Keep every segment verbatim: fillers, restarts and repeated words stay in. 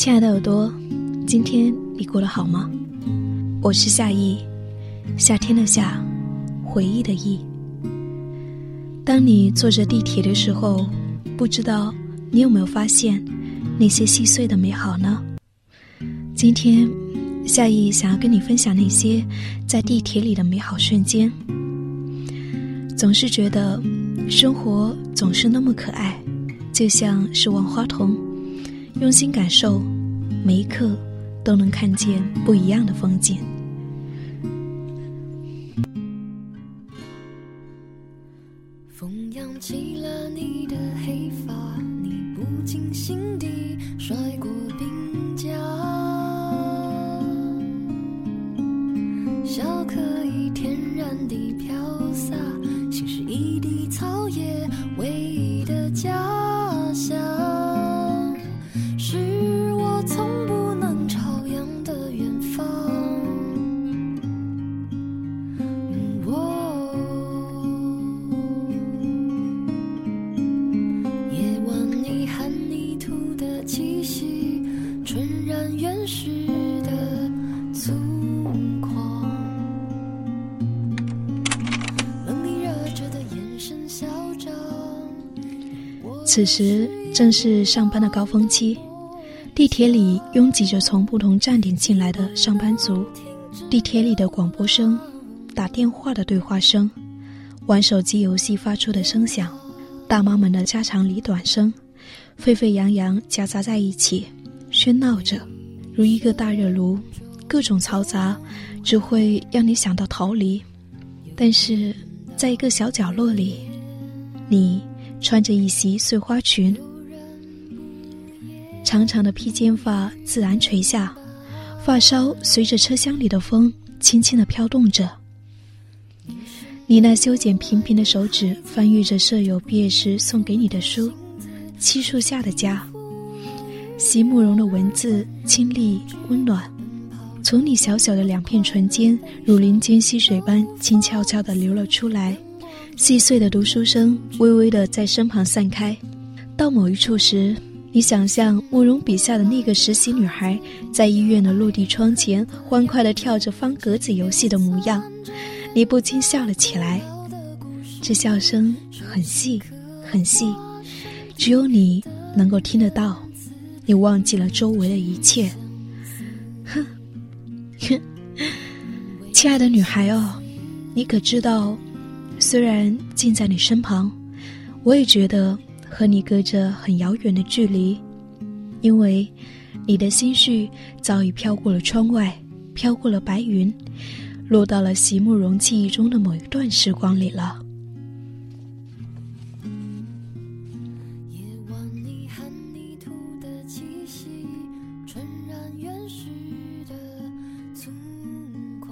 亲爱的耳朵，今天你过得好吗？我是夏意，夏天的夏，回忆的忆。当你坐着地铁的时候，不知道你有没有发现那些细碎的美好呢？今天夏意想要跟你分享那些在地铁里的美好瞬间。总是觉得生活总是那么可爱，就像是万花筒，用心感受，每一刻都能看见不一样的风景。 风扬起了你的黑发，你不经心地甩过鬓角，笑可以天然地飘洒，心是一地草野唯一的家乡，是我从不能超越的远方。夜晚你含泥土的气息，纯然原始的粗犷，冷里热着的眼神嚣张。 此时正是上班的高峰期，地铁里拥挤着从不同站点进来的上班族，地铁里的广播声，打电话的对话声，玩手机游戏发出的声响，大妈们的家长里短声，沸沸扬扬夹杂在一起，喧闹着，如一个大热炉，各种嘈杂只会让你想到逃离。但是在一个小角落里，你穿着一袭碎花裙，长长的披肩发自然垂下，发梢随着车厢里的风轻轻地飘动着。你那修剪平平的手指翻阅着舍友毕业时送给你的书《漆树下的家》，席慕容的文字清丽温暖，从你小小的两片唇间如林间溪水般轻悄悄地流了出来，细碎的读书声微微地在身旁散开。到某一处时，你想象慕容笔下的那个实习女孩在医院的落地窗前欢快地跳着方格子游戏的模样，你不禁笑了起来。这笑声很细很细，只有你能够听得到。你忘记了周围的一切。哼哼，亲爱的女孩哦，你可知道，虽然近在你身旁，我也觉得和你隔着很遥远的距离，因为你的心绪早已飘过了窗外，飘过了白云，落到了席慕容记忆中的某一段时光里了。 夜晚你含泥土的气息，纯然原始的粗犷，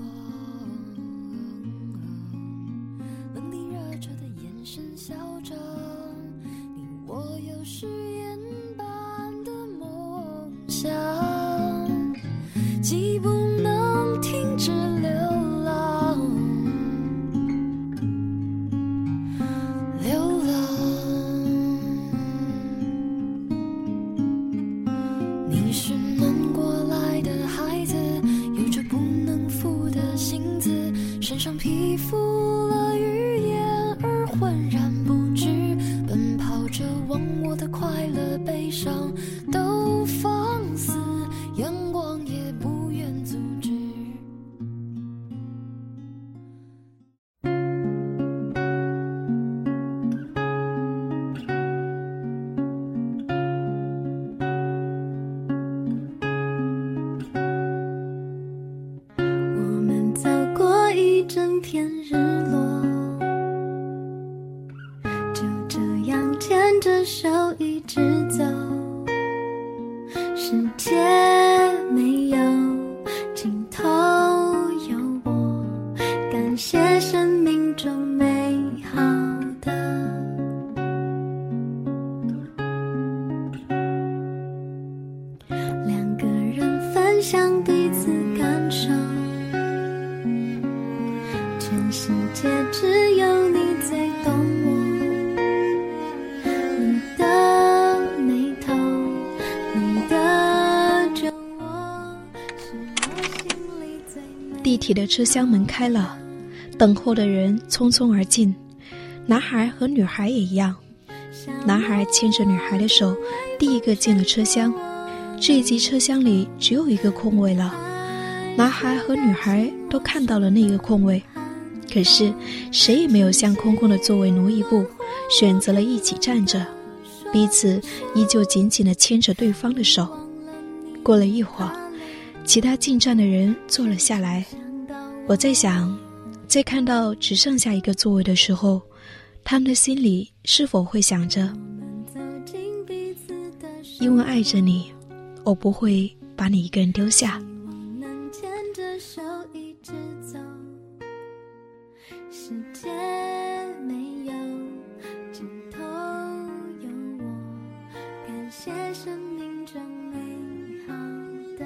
冷里热着的眼神嚣张，你我有誓言般的梦想，既不能停止流浪，流浪。你是暖过来的孩子，有着不能负的性子，身上披覆了语言而浑然不知，奔跑着忘我的快乐悲伤都放肆，阳光也不愿阻止。我们走过一整片日落，就这样牵着手一直走，世界没有尽头，有我感谢生命中美好的。两个人分享彼此感受，全世界只有你最懂我。你的眉头，你的地铁的车厢门开了，等候的人匆匆而进，男孩和女孩也一样。男孩牵着女孩的手，第一个进了车厢。这一节车厢里只有一个空位了，男孩和女孩都看到了那个空位，可是谁也没有向空空的座位挪一步，选择了一起站着，彼此依旧紧紧地牵着对方的手。过了一会儿，其他进站的人坐了下来。我在想，在看到只剩下一个座位的时候，他们的心里是否会想着，因为爱着你，我不会把你一个人丢下。 世界没有尽头，有我，感谢生命中美好的。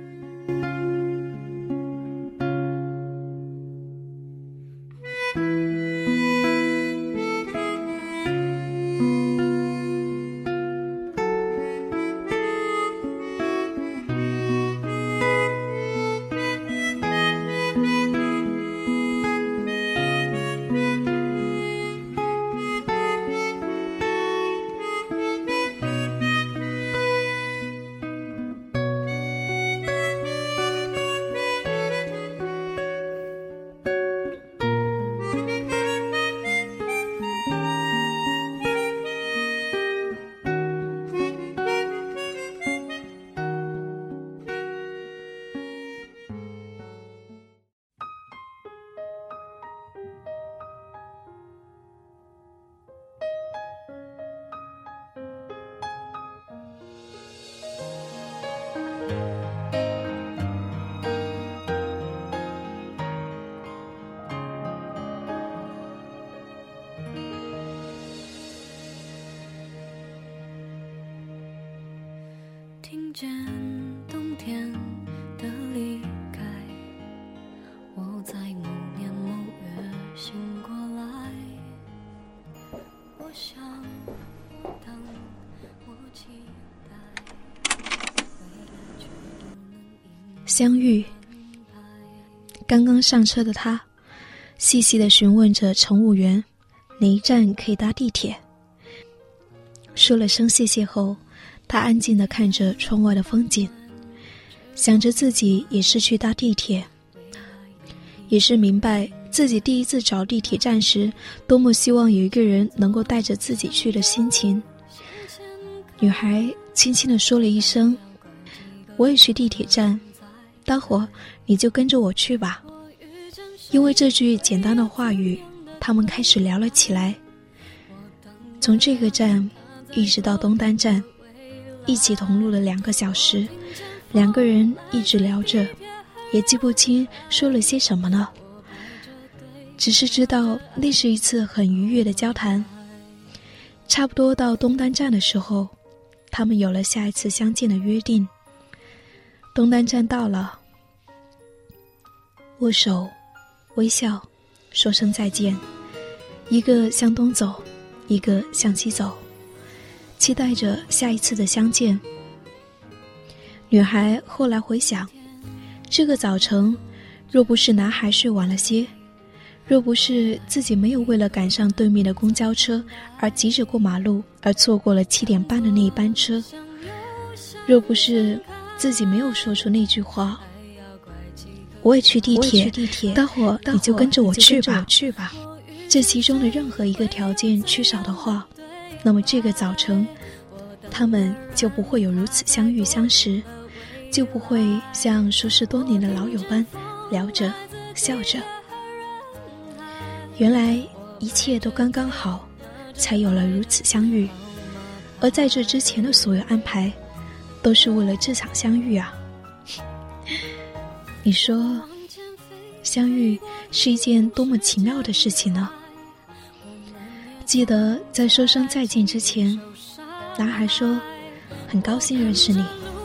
听见冬天的离开，我在某年某月醒过来，我想我等我期待， 相遇。刚刚上车的他细细地询问着乘务员哪一站可以搭地铁，说了声谢谢后，他安静地看着窗外的风景，想着自己也是去搭地铁，也是明白自己第一次找地铁站时多么希望有一个人能够带着自己去的心情。女孩轻轻地说了一声，我也去地铁站，待会儿你就跟着我去吧。因为这句简单的话语，他们开始聊了起来。从这个站一直到东单站，一起同路了两个小时，两个人一直聊着，也记不清说了些什么了，只是知道那是一次很愉悦的交谈。差不多到东单站的时候，他们有了下一次相见的约定。东单站到了，握手微笑说声再见，一个向东走，一个向西走，期待着下一次的相见。女孩后来回想，这个早晨若不是男孩睡晚了些，若不是自己没有为了赶上对面的公交车而急着过马路而错过了七点半的那一班车，若不是自己没有说出那句话，我也去地铁，待会儿你就跟着我去吧。去吧。这其中的任何一个条件缺少的话，那么这个早晨他们就不会有如此相遇相识，就不会像熟识多年的老友般聊着笑着。原来一切都刚刚好，才有了如此相遇，而在这之前的所有安排都是为了这场相遇啊。你说相遇是一件多么奇妙的事情呢？记得在说声再见之前，男孩说很高兴认识你，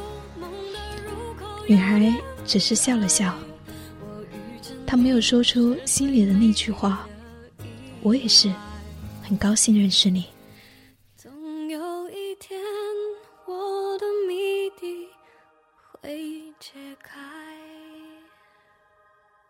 女孩只是笑了笑，她没有说出心里的那句话，我也是很高兴认识你。 总有一天我的谜底会解开，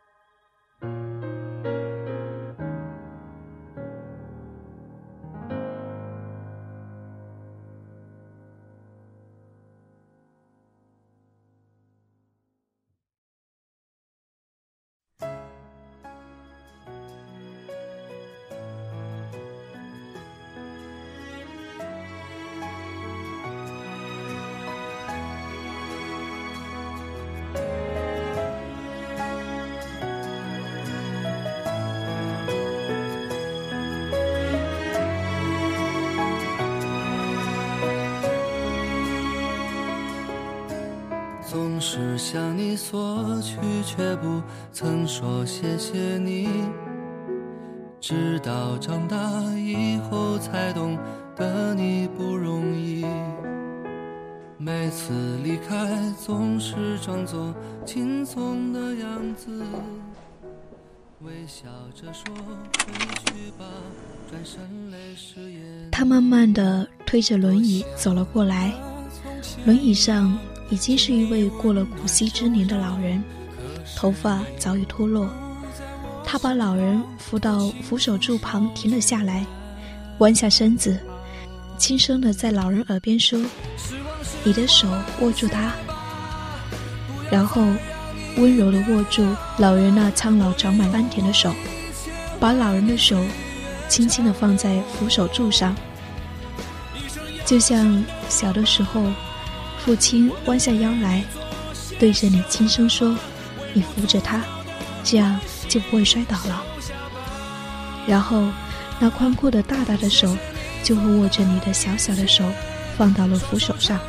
是向你索取，却不曾说谢谢你，直到长大以后才懂得你不容易，每次离开总是装作轻松的样子，微笑着说回去吧，转身泪湿眼。 他慢慢地推着轮椅走了过来，轮椅上已经是一位过了古稀之年的老人，头发早已脱落。他把老人扶到扶手柱旁停了下来，弯下身子，轻声地在老人耳边说：“你的手握住它。”然后温柔地握住老人那苍老长满斑点的手，把老人的手轻轻地放在扶手柱上，就像小的时候父亲弯下腰来对着你轻声说：“你扶着他，这样就不会摔倒了。”然后那宽阔的大大的手就会握着你的小小的手放到了扶手上。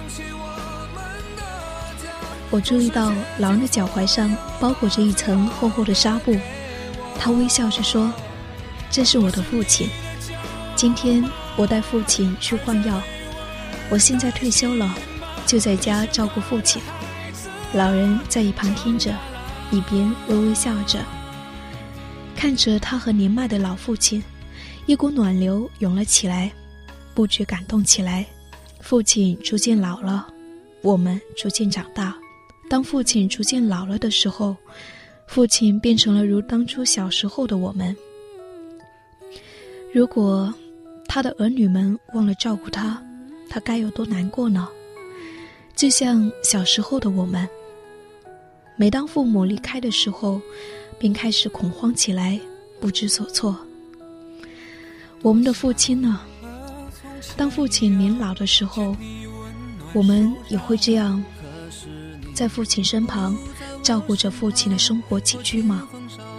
我注意到老人的脚踝上包裹着一层厚厚的纱布，他微笑着说：“这是我的父亲，今天我带父亲去换药，我现在退休了，就在家照顾父亲。”老人在一旁听着，一边微微笑着，看着他和年迈的老父亲，一股暖流涌了起来，不觉感动起来。父亲逐渐老了，我们逐渐长大。当父亲逐渐老了的时候，父亲变成了如当初小时候的我们。如果他的儿女们忘了照顾他，他该有多难过呢？就像小时候的我们，每当父母离开的时候，便开始恐慌起来，不知所措。我们的父亲呢？当父亲年老的时候，我们也会这样在父亲身旁照顾着父亲的生活起居吗？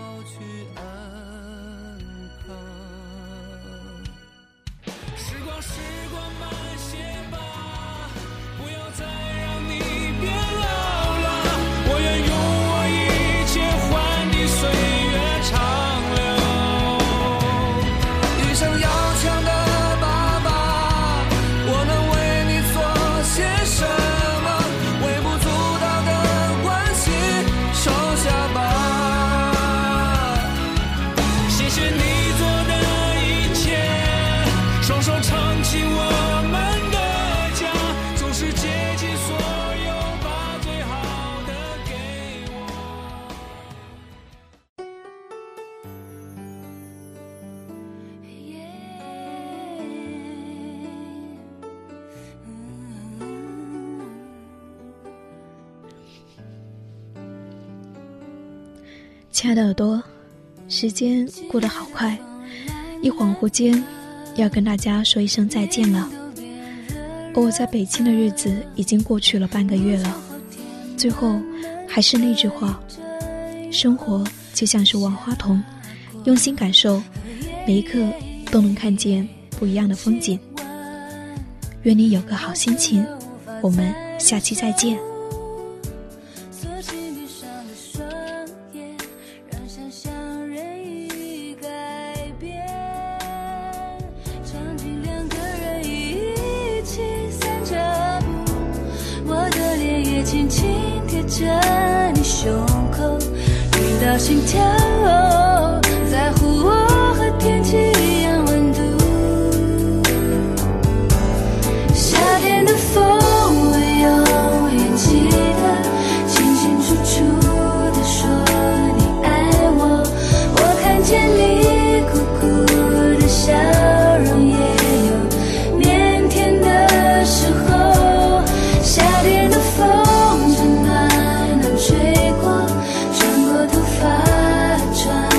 亲爱的耳朵，时间过得好快，一恍惚间要跟大家说一声再见了。我在北京的日子已经过去了半个月了，最后还是那句话，生活就像是万花筒，用心感受，每一刻都能看见不一样的风景。愿你有个好心情，我们下期再见。 轻轻贴着你胸口，听到心跳，在乎我和天气一样温度。夏天的风，我永远记得，清清楚楚地说你爱我。我看见你苦苦的笑容，也有腼腆的时候。夏天的风，吹过，穿过头发，穿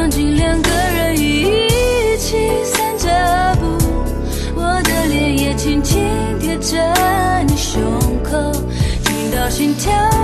钢琴两个人一起散着步，我的脸也轻轻贴着你胸口，听到心跳